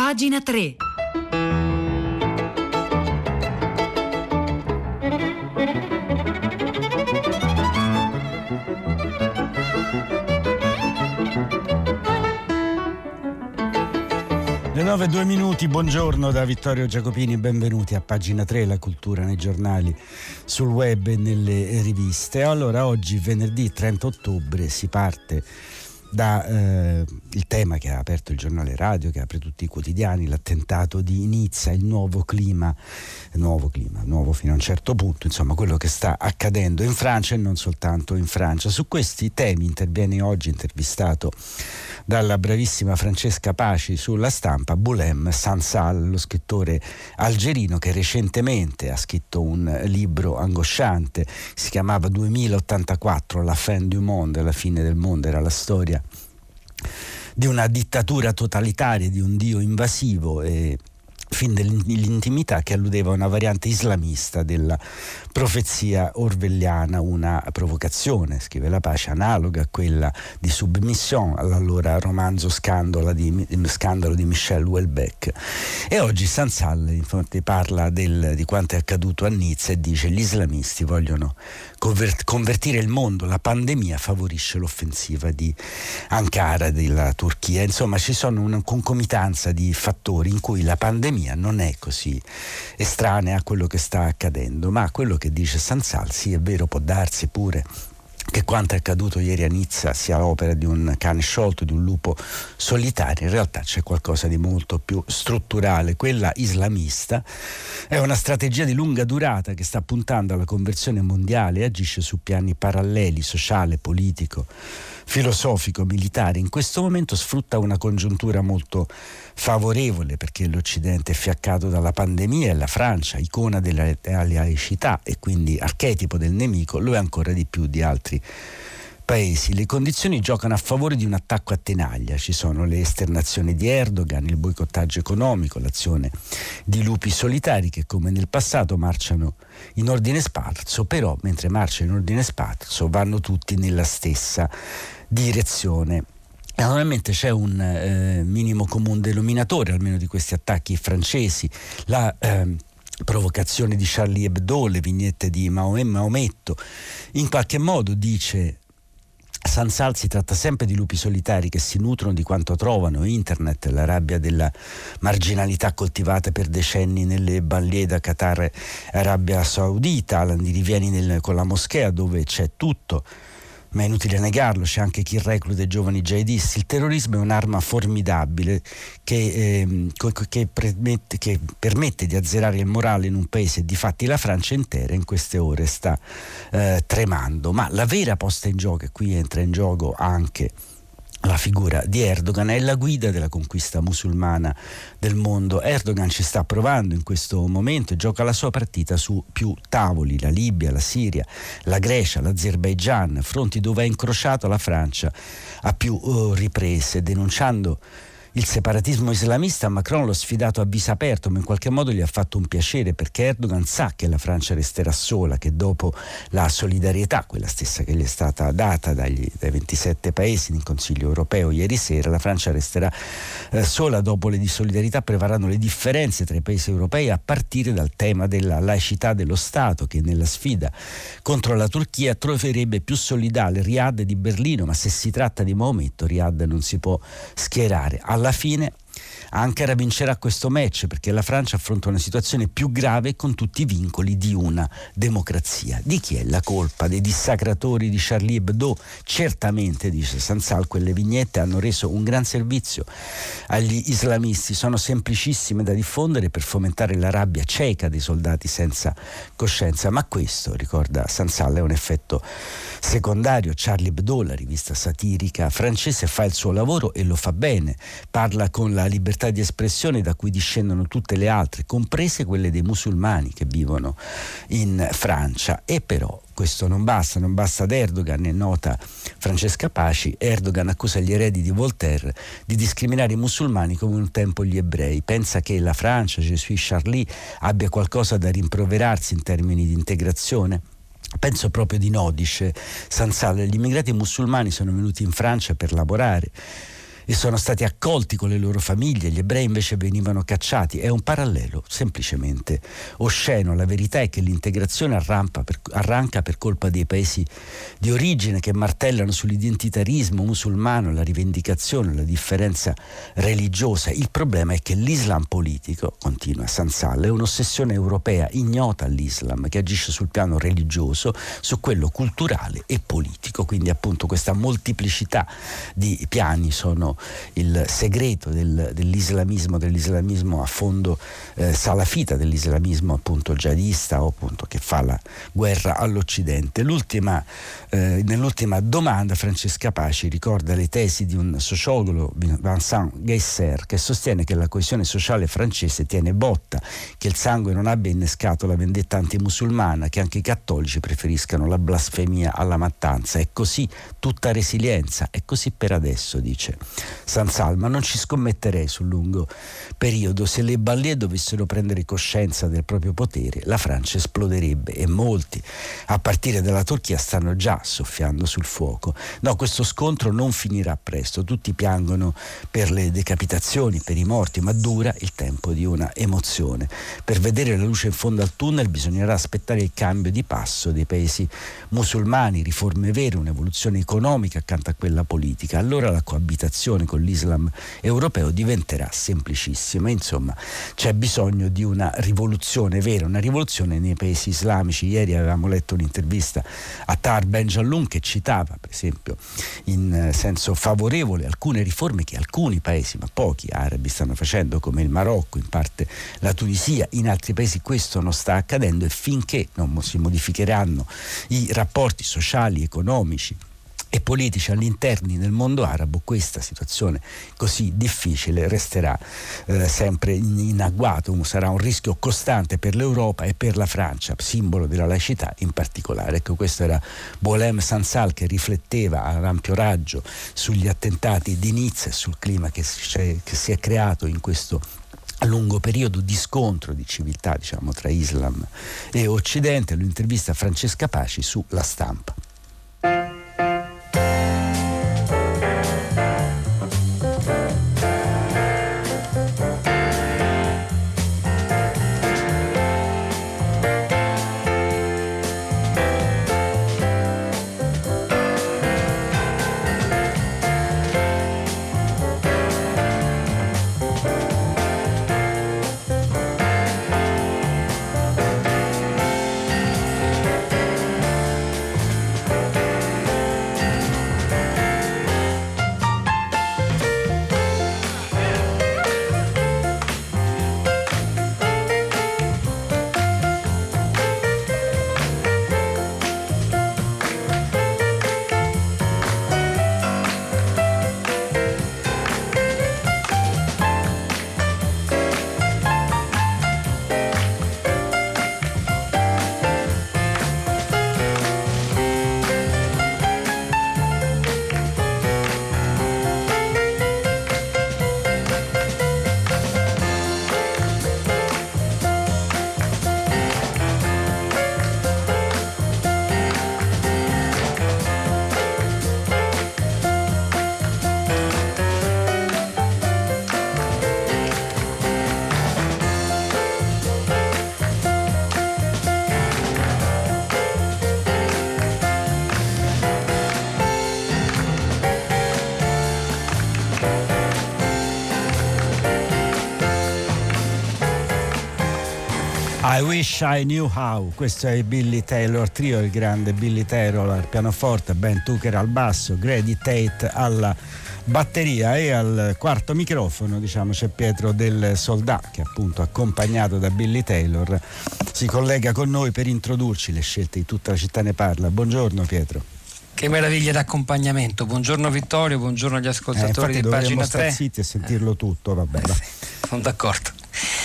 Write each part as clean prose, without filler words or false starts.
Pagina 3. Le 9:02, buongiorno da Vittorio Giacopini, benvenuti a Pagina 3, la cultura nei giornali, sul web e nelle riviste. Allora, oggi, venerdì 30 ottobre, si parte da il tema che ha aperto il giornale radio, che apre tutti i quotidiani, l'attentato di Nizza, il nuovo fino a un certo punto, insomma quello che sta accadendo in Francia e non soltanto in Francia. Su questi temi interviene oggi, intervistato dalla bravissima Francesca Paci sulla Stampa, Bouhlem Sansal, lo scrittore algerino che recentemente ha scritto un libro angosciante, si chiamava 2084, La fin du monde, la fine del mondo, era la storia di una dittatura totalitaria, di un dio invasivo e fin dell'intimità, che alludeva a una variante islamista della profezia orwelliana, una provocazione, scrive la Pace, analoga a quella di Submission, all'allora romanzo scandalo di Michel Houellebecq. E oggi Sansal infatti parla di quanto è accaduto a Nizza e dice: gli islamisti vogliono convertire il mondo, la pandemia favorisce l'offensiva di Ankara, della Turchia. Insomma, ci sono una concomitanza di fattori in cui la pandemia non è così estranea a quello che sta accadendo, ma quello che dice Sansal, sì, è vero, può darsi pure che quanto è accaduto ieri a Nizza sia opera di un cane sciolto, di un lupo solitario. In realtà c'è qualcosa di molto più strutturale. Quella islamista è una strategia di lunga durata che sta puntando alla conversione mondiale e agisce su piani paralleli, sociale, politico, filosofico, militare. In questo momento sfrutta una congiuntura molto favorevole, perché l'Occidente è fiaccato dalla pandemia e la Francia, icona della laicità e quindi archetipo del nemico, lo è ancora di più di altri paesi. Le condizioni giocano a favore di un attacco a tenaglia. Ci sono le esternazioni di Erdogan, il boicottaggio economico, l'azione di lupi solitari che, come nel passato, marciano in ordine sparso, però mentre marciano in ordine sparso vanno tutti nella stessa direzione. Naturalmente c'è un minimo comune denominatore, almeno di questi attacchi francesi, la provocazione di Charlie Hebdo, le vignette di Maometto. In qualche modo, dice Sansal, si tratta sempre di lupi solitari che si nutrono di quanto trovano: internet, la rabbia della marginalità coltivata per decenni nelle banlieue da Qatar e Arabia Saudita, rivieni con la moschea dove c'è tutto. Ma è inutile negarlo, c'è anche chi recluta i giovani jihadisti. Il terrorismo è un'arma formidabile che permette di azzerare il morale in un paese. Difatti la Francia intera in queste ore sta tremando. Ma la vera posta in gioco, e qui entra in gioco anche la figura di Erdogan, è la guida della conquista musulmana del mondo. Erdogan ci sta provando in questo momento e gioca la sua partita su più tavoli: la Libia, la Siria, la Grecia, l'Azerbaigian, fronti dove ha incrociato la Francia a più riprese. Denunciando il separatismo islamista, Macron l'ha sfidato a viso aperto, ma in qualche modo gli ha fatto un piacere, perché Erdogan sa che la Francia resterà sola, che dopo la solidarietà, quella stessa che gli è stata data dai 27 paesi nel Consiglio europeo ieri sera, la Francia resterà sola. Dopo le solidarietà prevarranno le differenze tra i paesi europei, a partire dal tema della laicità dello Stato, che nella sfida contro la Turchia troverebbe più solidale Riyadh di Berlino, ma se si tratta di Maometto, Riyadh non si può schierare. Alla fine Ankara vincerà questo match, perché la Francia affronta una situazione più grave con tutti i vincoli di una democrazia. Di chi è la colpa? Dei dissacratori di Charlie Hebdo? Certamente, dice Sansal, quelle vignette hanno reso un gran servizio agli islamisti, sono semplicissime da diffondere per fomentare la rabbia cieca dei soldati senza coscienza, ma questo, ricorda Sansal, è un effetto secondario. Charlie Hebdo, la rivista satirica francese, fa il suo lavoro e lo fa bene, parla con la libertà di espressione da cui discendono tutte le altre, comprese quelle dei musulmani che vivono in Francia. E però questo non basta ad Erdogan, è nota Francesca Paci. Erdogan accusa gli eredi di Voltaire di discriminare i musulmani come un tempo gli ebrei. Pensa che la Francia, Je suis Charlie, abbia qualcosa da rimproverarsi in termini di integrazione? Penso proprio di no, dice Sansal. Gli immigrati musulmani sono venuti in Francia per lavorare e sono stati accolti con le loro famiglie, gli ebrei invece venivano cacciati. È un parallelo semplicemente osceno. La verità è che l'integrazione arranca per colpa dei paesi di origine che martellano sull'identitarismo musulmano, la rivendicazione, la differenza religiosa. Il problema è che l'Islam politico, continua Sansal, è un'ossessione europea ignota all'Islam, che agisce sul piano religioso, su quello culturale e politico. Quindi appunto questa moltiplicità di piani sono il segreto dell'islamismo a fondo salafita, dell'islamismo appunto jihadista, o appunto che fa la guerra all'Occidente. Nell'ultima domanda Francesca Paci ricorda le tesi di un sociologo, Vincent Geisser, che sostiene che la coesione sociale francese tiene botta, che il sangue non abbia innescato la vendetta antimusulmana, che anche i cattolici preferiscano la blasfemia alla mattanza. È così, tutta resilienza, è così per adesso, dice Sansal, ma non ci scommetterei sul lungo periodo. Se le banlieue dovessero prendere coscienza del proprio potere, la Francia esploderebbe, e molti, a partire dalla Turchia, stanno già soffiando sul fuoco. No, questo scontro non finirà presto, tutti piangono per le decapitazioni, per i morti, ma dura il tempo di una emozione. Per vedere la luce in fondo al tunnel bisognerà aspettare il cambio di passo dei paesi musulmani, riforme vere, un'evoluzione economica accanto a quella politica. Allora la coabitazione con l'Islam europeo diventerà semplicissima. Insomma, c'è bisogno di una rivoluzione vera, una rivoluzione nei paesi islamici. Ieri avevamo letto un'intervista a Tahar Ben Jalloun che citava, per esempio, in senso favorevole alcune riforme che alcuni paesi, ma pochi arabi, stanno facendo, come il Marocco, in parte la Tunisia. In altri paesi questo non sta accadendo, e finché non si modificheranno i rapporti sociali, economici e politici all'interno del mondo arabo, questa situazione così difficile resterà sempre in agguato, sarà un rischio costante per l'Europa e per la Francia, simbolo della laicità in particolare. Ecco, questo era Boualem Sansal, che rifletteva ad ampio raggio sugli attentati di Nizza e sul clima che si è creato in questo lungo periodo di scontro di civiltà, diciamo, tra Islam e Occidente. L'intervista a Francesca Paci su La Stampa. I Wish I Knew How, questo è Billy Taylor Trio, il grande Billy Taylor al pianoforte, Ben Tucker al basso, Grady Tate alla batteria, e al quarto microfono, diciamo, c'è Pietro del Soldà, che appunto, accompagnato da Billy Taylor, si collega con noi per introdurci le scelte di Tutta la città ne parla. Buongiorno Pietro. Che meraviglia d'accompagnamento, buongiorno Vittorio, buongiorno agli ascoltatori di Pagina 3. Stare zitti e sentirlo tutto, va bene. Sono d'accordo.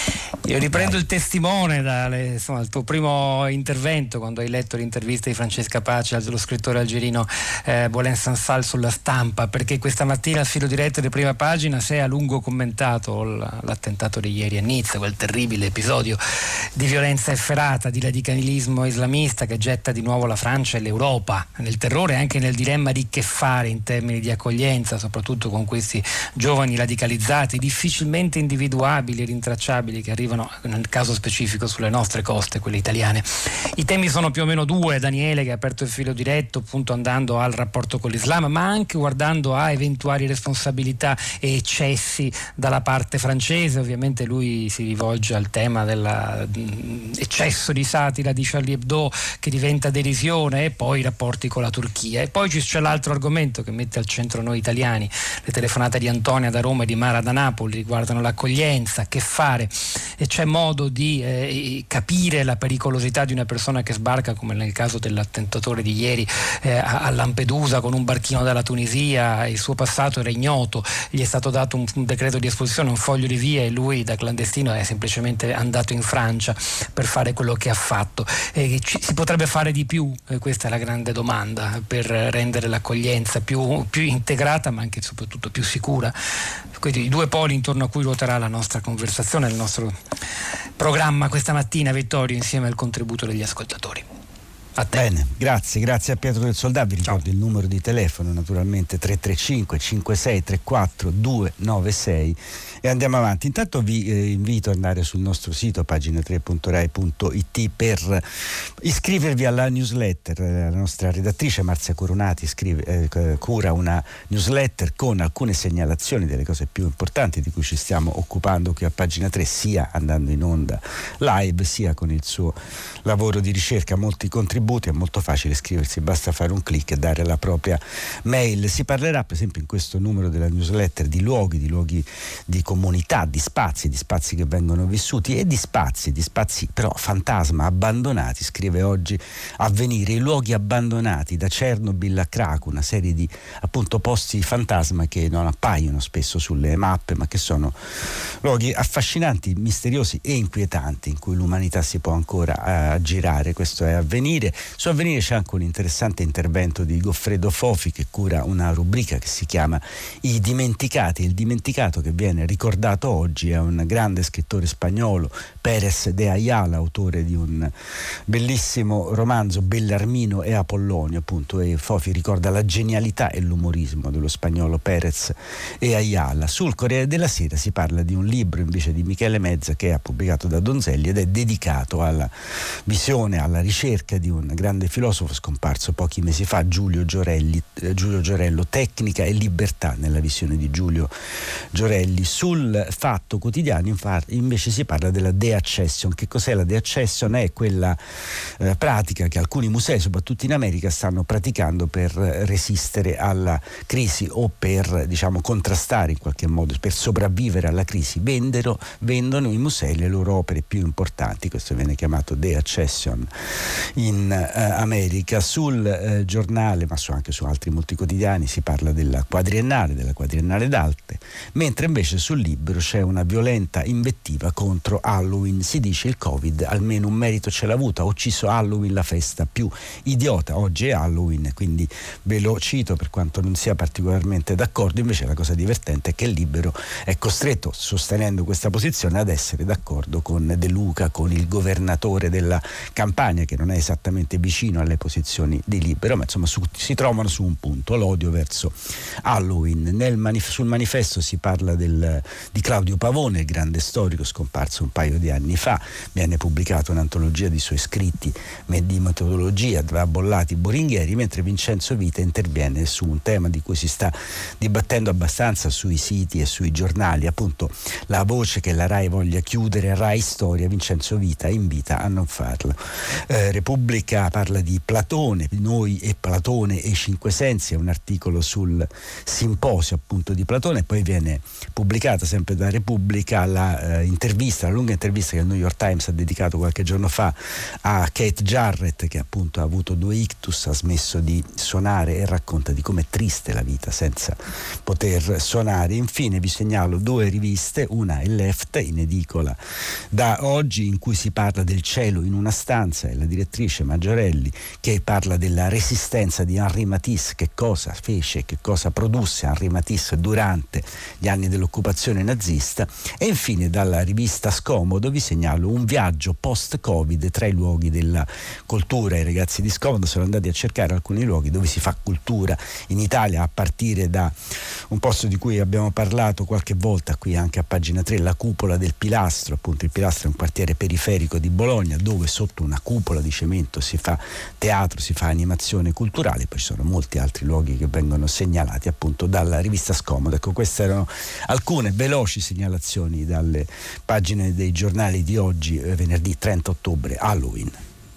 Io riprendo il testimone dal tuo primo intervento, quando hai letto l'intervista di Francesca Paci dello scrittore algerino Boulen Sansal sulla Stampa, perché questa mattina al filo diretto di Prima Pagina si è a lungo commentato l'attentato di ieri a Nizza, quel terribile episodio di violenza efferata, di radicalismo islamista che getta di nuovo la Francia e l'Europa nel terrore e anche nel dilemma di che fare in termini di accoglienza, soprattutto con questi giovani radicalizzati, difficilmente individuabili e rintracciabili, che arrivano nel caso specifico sulle nostre coste, quelle italiane. I temi sono più o meno due. Daniele, che ha aperto il filo diretto appunto andando al rapporto con l'Islam, ma anche guardando a eventuali responsabilità e eccessi dalla parte francese. Ovviamente lui si rivolge al tema dell'eccesso di satira di Charlie Hebdo che diventa derisione, e poi i rapporti con la Turchia. E poi c'è l'altro argomento che mette al centro noi italiani: le telefonate di Antonia da Roma e di Mara da Napoli riguardano l'accoglienza, che fare, e c'è modo di capire la pericolosità di una persona che sbarca, come nel caso dell'attentatore di ieri a Lampedusa con un barchino dalla Tunisia. Il suo passato era ignoto, gli è stato dato un decreto di espulsione, un foglio di via, e lui da clandestino è semplicemente andato in Francia per fare quello che ha fatto. Si potrebbe fare di più? Questa è la grande domanda, per rendere l'accoglienza più integrata, ma anche e soprattutto più sicura. Quindi i due poli intorno a cui ruoterà la nostra conversazione, il nostro programma questa mattina, Vittorio, insieme al contributo degli ascoltatori. A te. Bene, grazie a Pietro del Soldà. Vi ricordo il numero di telefono, naturalmente 335 56 34 296, e andiamo avanti. Intanto vi invito ad andare sul nostro sito pagina3.rai.it per iscrivervi alla newsletter. La nostra redattrice Marzia Coronati cura una newsletter con alcune segnalazioni delle cose più importanti di cui ci stiamo occupando qui a Pagina 3, sia andando in onda live sia con il suo lavoro di ricerca. Molti contributi, è molto facile iscriversi, basta fare un clic e dare la propria mail. Si parlerà per esempio in questo numero della newsletter di luoghi di comunità, di spazi che vengono vissuti, e di spazi però fantasma, abbandonati. Scrive oggi Avvenire, i luoghi abbandonati da Chernobyl a Krakow, una serie di appunto posti fantasma che non appaiono spesso sulle mappe, ma che sono luoghi affascinanti, misteriosi e inquietanti, in cui l'umanità si può ancora aggirare. Questo è Avvenire. Su Avvenire c'è anche un interessante intervento di Goffredo Fofi, che cura una rubrica che si chiama I Dimenticati. Il dimenticato che viene ricordato oggi è un grande scrittore spagnolo, Pérez de Ayala, autore di un bellissimo romanzo, Bellarmino e Apollonio, appunto, e Fofi ricorda la genialità e l'umorismo dello spagnolo Pérez e Ayala. Sul Corriere della Sera si parla di un libro invece di Michele Mezza, che è pubblicato da Donzelli ed è dedicato alla visione, alla ricerca di un grande filosofo scomparso pochi mesi fa, Giulio Giorello, Tecnica e libertà nella visione di Giulio Giorelli. Sul Fatto Quotidiano invece si parla della de-accession. Che cos'è la de-accession? È quella pratica che alcuni musei, soprattutto in America, stanno praticando per resistere alla crisi, o per contrastare in qualche modo, per sopravvivere alla crisi. Vendono i musei le loro opere più importanti. Questo viene chiamato de-accession in America. Sul Giornale, ma anche su altri molti quotidiani, si parla della quadriennale d'arte, mentre invece sul Libero c'è una violenta invettiva contro Halloween. Si dice: il Covid almeno un merito ce l'ha avuto, ha ucciso Halloween, la festa più idiota. Oggi è Halloween, quindi ve lo cito per quanto non sia particolarmente d'accordo. Invece la cosa divertente è che il Libero è costretto, sostenendo questa posizione, ad essere d'accordo con De Luca, con il governatore della Campania, che non è esattamente vicino alle posizioni di Libero, ma insomma si trovano su un punto: l'odio verso Halloween. Sul Manifesto si parla di Claudio Pavone, il grande storico scomparso un paio di anni fa. Viene pubblicata un'antologia di suoi scritti di metodologia tra Bollati e Boringhieri, mentre Vincenzo Vita interviene su un tema di cui si sta dibattendo abbastanza sui siti e sui giornali, appunto la voce che la RAI voglia chiudere Rai Storia. Vincenzo Vita invita a non farlo. Repubblica pubblica, parla di Platone, Noi e Platone e i cinque sensi, è un articolo sul simposio appunto di Platone, e poi viene pubblicata sempre da Repubblica la lunga intervista che il New York Times ha dedicato qualche giorno fa a Kate Jarrett, che appunto ha avuto 2 ictus, ha smesso di suonare e racconta di com'è triste la vita senza poter suonare. Infine vi segnalo 2 riviste, una è Left, in edicola da oggi, in cui si parla del cielo in una stanza, e la direttrice Maggiorelli che parla della resistenza di Henri Matisse, che cosa fece, che cosa produsse Henri Matisse durante gli anni dell'occupazione nazista. E infine dalla rivista Scomodo vi segnalo un viaggio post-Covid tra i luoghi della cultura. I ragazzi di Scomodo sono andati a cercare alcuni luoghi dove si fa cultura in Italia, a partire da un posto di cui abbiamo parlato qualche volta qui anche a pagina 3, la cupola del Pilastro. Appunto il Pilastro è un quartiere periferico di Bologna dove sotto una cupola di cemento si fa teatro, si fa animazione culturale. Poi ci sono molti altri luoghi che vengono segnalati appunto dalla rivista Scomodo. Ecco, queste erano alcune veloci segnalazioni dalle pagine dei giornali di oggi, venerdì 30 ottobre, Halloween.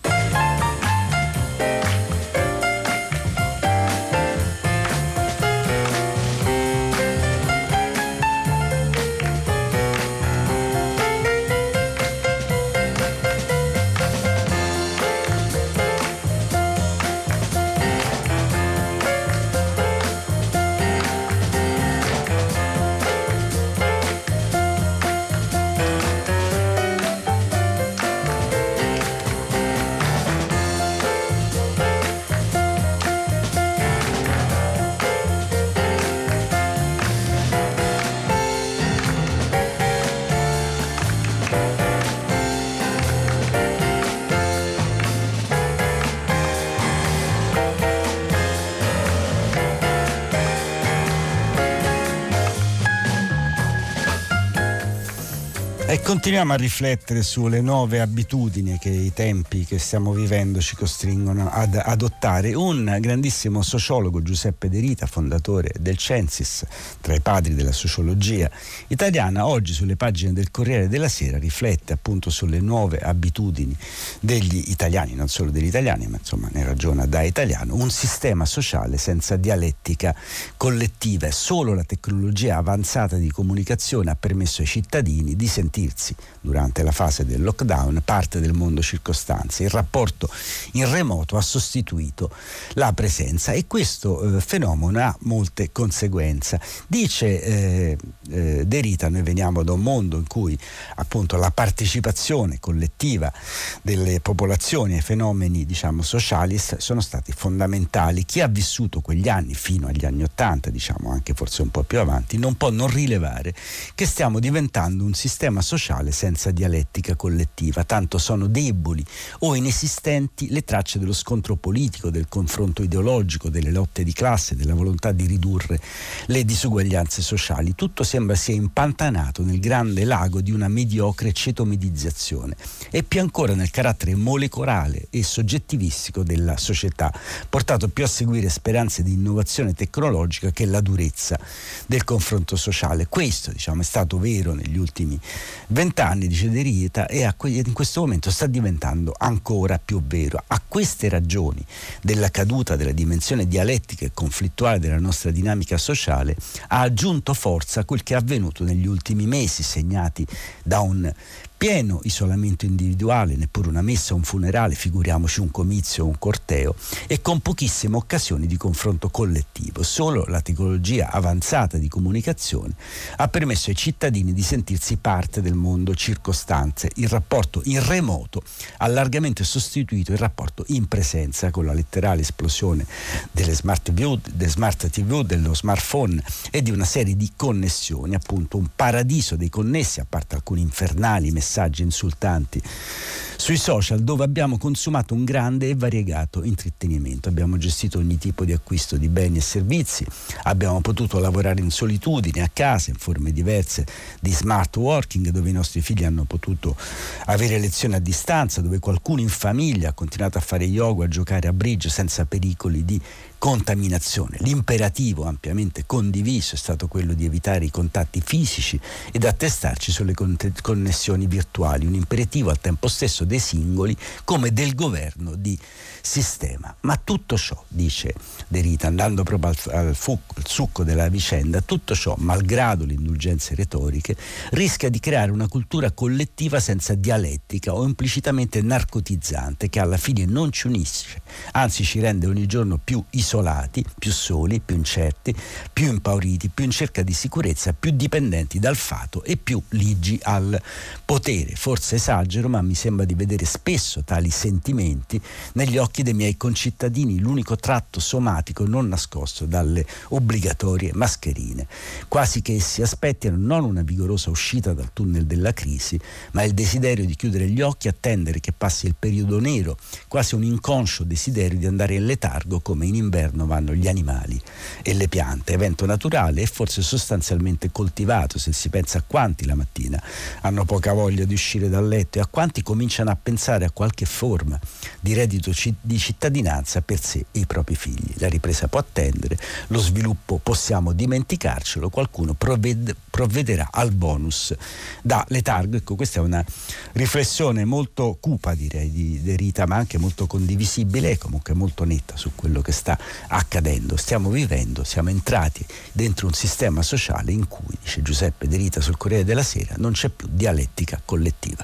E continuiamo a riflettere sulle nuove abitudini che i tempi che stiamo vivendo ci costringono ad adottare. Un grandissimo sociologo, Giuseppe De Rita, fondatore del Censis, tra i padri della sociologia italiana, oggi sulle pagine del Corriere della Sera riflette appunto sulle nuove abitudini degli italiani, non solo degli italiani, ma insomma ne ragiona da italiano. Un sistema sociale senza dialettica collettiva. Solo la tecnologia avanzata di comunicazione ha permesso ai cittadini di sentirsi durante la fase del lockdown parte del mondo circostante. Il rapporto in remoto ha sostituito la presenza e questo fenomeno ha molte conseguenze. Dice De Rita, noi veniamo da un mondo in cui appunto la partecipazione collettiva delle popolazioni ai fenomeni diciamo sociali sono stati fondamentali. Chi ha vissuto quegli anni fino agli anni '80, diciamo anche forse un po' più avanti, non può non rilevare che stiamo diventando un sistema sociale senza dialettica collettiva, tanto sono deboli o inesistenti le tracce dello scontro politico, del confronto ideologico, delle lotte di classe, della volontà di ridurre le disuguaglianze sociali. Tutto sembra sia impantanato nel grande lago di una mediocre cetomedizzazione e più ancora nel carattere molecolare e soggettivistico della società, portato più a seguire speranze di innovazione tecnologica che la durezza del confronto sociale. Questo diciamo è stato vero negli ultimi 20 anni, dice De Rita, e in questo momento sta diventando ancora più vero. A queste ragioni della caduta della dimensione dialettica e conflittuale della nostra dinamica sociale ha aggiunto forza quel che è avvenuto negli ultimi mesi, segnati da un pieno isolamento individuale, neppure una messa o un funerale, figuriamoci un comizio o un corteo, e con pochissime occasioni di confronto collettivo. Solo la tecnologia avanzata di comunicazione ha permesso ai cittadini di sentirsi parte del mondo circostante. Il rapporto in remoto ha largamente sostituito il rapporto in presenza, con la letterale esplosione delle smart TV, dello smartphone e di una serie di connessioni, appunto un paradiso dei connessi, a parte alcuni infernali messaggi insultanti sui social, dove abbiamo consumato un grande e variegato intrattenimento. Abbiamo gestito ogni tipo di acquisto di beni e servizi, abbiamo potuto lavorare in solitudine a casa in forme diverse di smart working, dove i nostri figli hanno potuto avere lezioni a distanza, dove qualcuno in famiglia ha continuato a fare yoga, a giocare a bridge senza pericoli di contaminazione. L'imperativo ampiamente condiviso è stato quello di evitare i contatti fisici ed attestarci sulle connessioni virtuali, un imperativo al tempo stesso dei singoli come del governo di sistema. Ma tutto ciò, dice De Rita, andando proprio al succo della vicenda, tutto ciò, malgrado le indulgenze retoriche, rischia di creare una cultura collettiva senza dialettica o implicitamente narcotizzante, che alla fine non ci unisce, anzi ci rende ogni giorno più isolati, più soli, più incerti, più impauriti, più in cerca di sicurezza, più dipendenti dal fato e più ligi al potere. Forse esagero, ma mi sembra di vedere spesso tali sentimenti negli occhi dei miei concittadini, l'unico tratto somatico non nascosto dalle obbligatorie mascherine, quasi che essi aspettino non una vigorosa uscita dal tunnel della crisi, ma il desiderio di chiudere gli occhi, attendere che passi il periodo nero, quasi un inconscio desiderio di andare in letargo come in inverno vanno gli animali e le piante, evento naturale e forse sostanzialmente coltivato, se si pensa a quanti la mattina hanno poca voglia di uscire dal letto e a quanti cominciano a pensare a qualche forma di reddito di cittadinanza per sé e i propri figli. La ripresa può attendere, lo sviluppo possiamo dimenticarcelo, qualcuno provvederà al bonus da letargo. Ecco, questa è una riflessione molto cupa, direi, di De Rita, ma anche molto condivisibile e comunque molto netta su quello che sta accadendo. Stiamo vivendo, siamo entrati dentro un sistema sociale in cui, dice Giuseppe De Rita sul Corriere della Sera, non c'è più dialettica collettiva.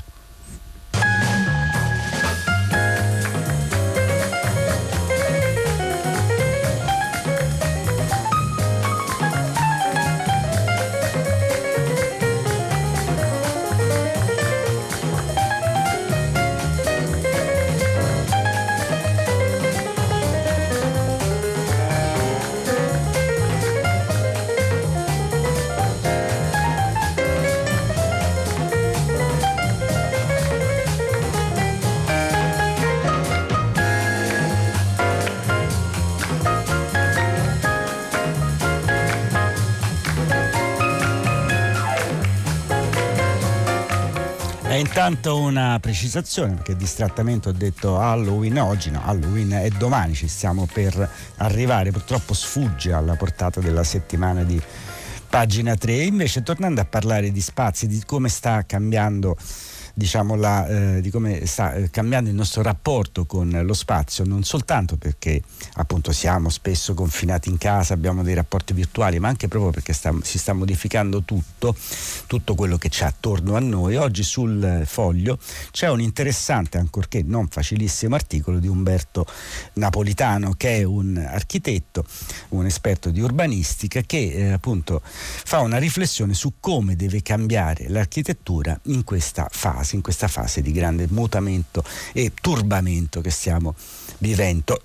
E intanto una precisazione, perché distrattamente ho detto Halloween oggi, no, Halloween è domani, ci stiamo per arrivare, purtroppo sfugge alla portata della settimana di Pagina 3. Invece, tornando a parlare di spazi, di come sta cambiando, diciamo, di come sta cambiando il nostro rapporto con lo spazio, non soltanto perché appunto siamo spesso confinati in casa, abbiamo dei rapporti virtuali, ma anche proprio perché si sta modificando tutto quello che c'è attorno a noi. Oggi sul Foglio c'è un interessante, ancorché non facilissimo, articolo di Umberto Napolitano, che è un architetto, un esperto di urbanistica, che appunto fa una riflessione su come deve cambiare l'architettura in questa fase di grande mutamento e turbamento che stiamo vivendo.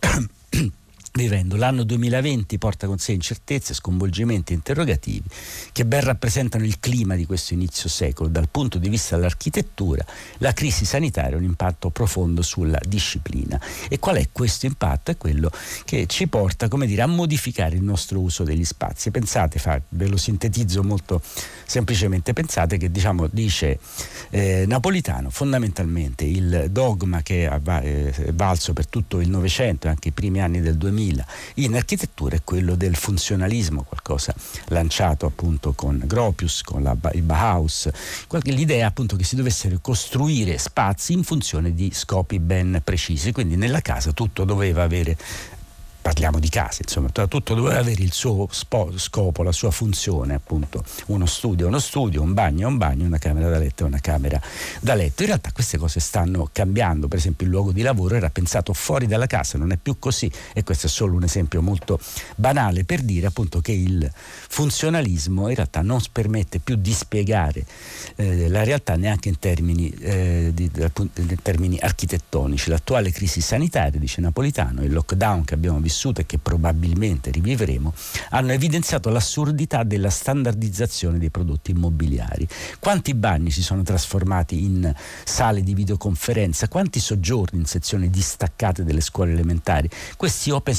L'anno 2020 porta con sé incertezze, sconvolgimenti e interrogativi che ben rappresentano il clima di questo inizio secolo. Dal punto di vista dell'architettura, la crisi sanitaria ha un impatto profondo sulla disciplina. E qual è questo impatto? È quello che ci porta, come dire, a modificare il nostro uso degli spazi. Pensate, ve lo sintetizzo molto semplicemente, pensate che, diciamo, dice Napolitano, fondamentalmente il dogma che è valso per tutto il Novecento e anche i primi anni del 2000 in architettura è quello del funzionalismo, qualcosa lanciato appunto con Gropius, con il Bauhaus, l'idea appunto che si dovessero costruire spazi in funzione di scopi ben precisi, quindi nella casa tutto doveva avere, parliamo di case, insomma, tutto doveva avere il suo scopo, la sua funzione, appunto, uno studio, un bagno, una camera da letto, una camera da letto. In realtà queste cose stanno cambiando, per esempio il luogo di lavoro era pensato fuori dalla casa, non è più così, e questo è solo un esempio molto banale per dire appunto che il funzionalismo in realtà non permette più di spiegare la realtà neanche in termini architettonici. L'attuale crisi sanitaria, dice Napolitano, il lockdown che abbiamo vissuto e che probabilmente rivivremo, hanno evidenziato l'assurdità della standardizzazione dei prodotti immobiliari. Quanti bagni si sono trasformati in sale di videoconferenza, quanti soggiorni in sezioni distaccate delle scuole elementari, quanti open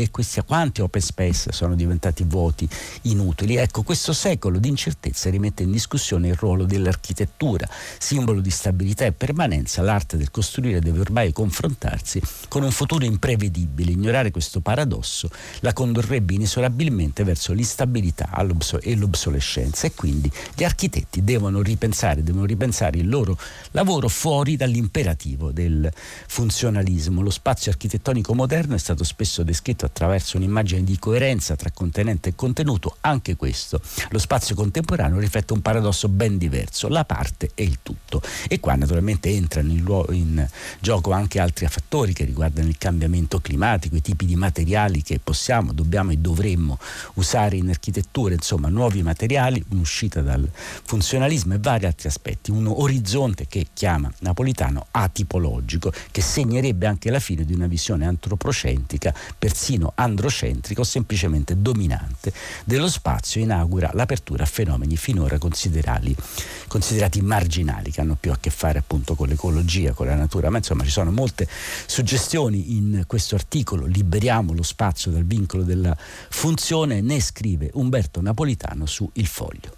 space sono diventati vuoti, inutili. Ecco, questo secolo di incertezza rimette in discussione il ruolo dell'architettura, simbolo di stabilità e permanenza. L'arte del costruire deve ormai confrontarsi con un futuro imprevedibile. Ignorare questo paradigma paradosso la condurrebbe inesorabilmente verso l'instabilità e l'obsolescenza, e quindi gli architetti devono ripensare il loro lavoro fuori dall'imperativo del funzionalismo. Lo spazio architettonico moderno è stato spesso descritto attraverso un'immagine di coerenza tra contenente e contenuto. Anche questo, lo spazio contemporaneo, riflette un paradosso ben diverso: la parte e il tutto. E qua naturalmente entrano in gioco anche altri fattori che riguardano il cambiamento climatico, i tipi di materiali che possiamo, dobbiamo e dovremmo usare in architettura, insomma nuovi materiali, un'uscita dal funzionalismo e vari altri aspetti, un orizzonte che chiama Napolitano atipologico, che segnerebbe anche la fine di una visione antropocentrica, persino androcentrica o semplicemente dominante dello spazio, inaugura l'apertura a fenomeni finora considerati marginali, che hanno più a che fare appunto con l'ecologia, con la natura. Ma insomma ci sono molte suggestioni in questo articolo. Liberiamo lo spazio dal vincolo della funzione, ne scrive Umberto Napolitano su Il Foglio.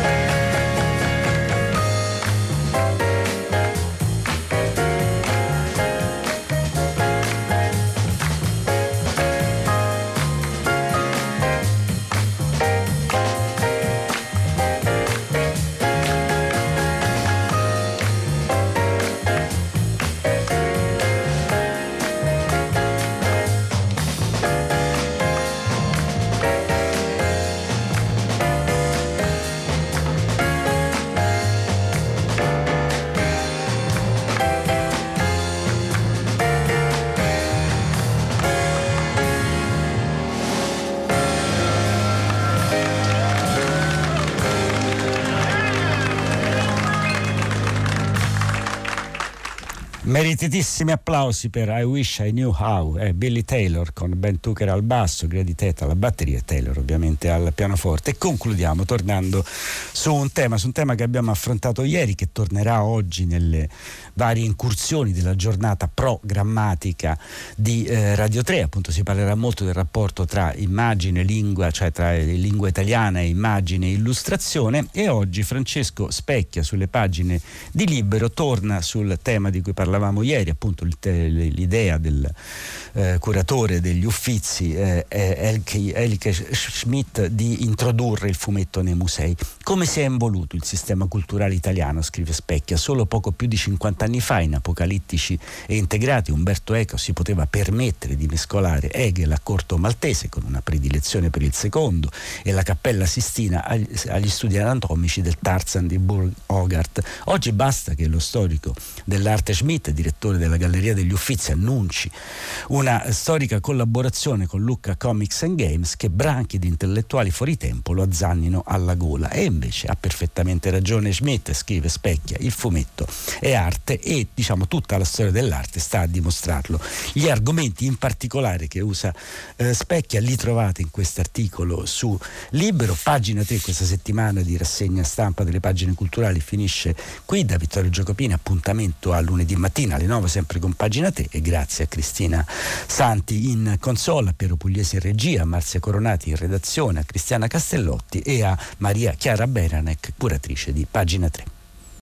Meritatissimi applausi per I Wish I Knew How, Billy Taylor con Ben Tucker al basso, Grady Tate alla batteria e Taylor ovviamente al pianoforte. E concludiamo tornando su un tema che abbiamo affrontato ieri, che tornerà oggi nelle varie incursioni della giornata programmatica di Radio 3. Appunto si parlerà molto del rapporto tra immagine e lingua, cioè tra lingua italiana e immagine e illustrazione, e oggi Francesco Specchia sulle pagine di Libero torna sul tema di cui parlavamo ieri, appunto l'idea del curatore degli Uffizi Elke Schmidt di introdurre il fumetto nei musei. Come si è involuto il sistema culturale italiano, scrive Specchia. Solo poco più di 50 anni fa, in Apocalittici e Integrati, Umberto Eco si poteva permettere di mescolare Hegel a corto maltese, con una predilezione per il secondo, e la Cappella Sistina agli studi anatomici del Tarzan di Burg Hogarth. Oggi basta che lo storico dell'arte Schmidt, direttore della Galleria degli Uffizi, annunci una storica collaborazione con Lucca Comics and Games, che branchi di intellettuali fuori tempo lo azzannino alla gola. E invece ha perfettamente ragione Schmidt, scrive Specchia: il fumetto è arte e tutta la storia dell'arte sta a dimostrarlo. Gli argomenti in particolare che usa Specchia li trovate in quest'articolo su Libero. Pagina 3 questa settimana di rassegna stampa delle pagine culturali finisce qui. Da Vittorio Giacopini appuntamento a lunedì mattina alle 9 sempre con Pagina 3, e grazie a Cristina Santi in console, a Piero Pugliesi in regia, a Marzia Coronati in redazione, a Cristiana Castellotti e a Maria Chiara Beranec, curatrice di Pagina 3.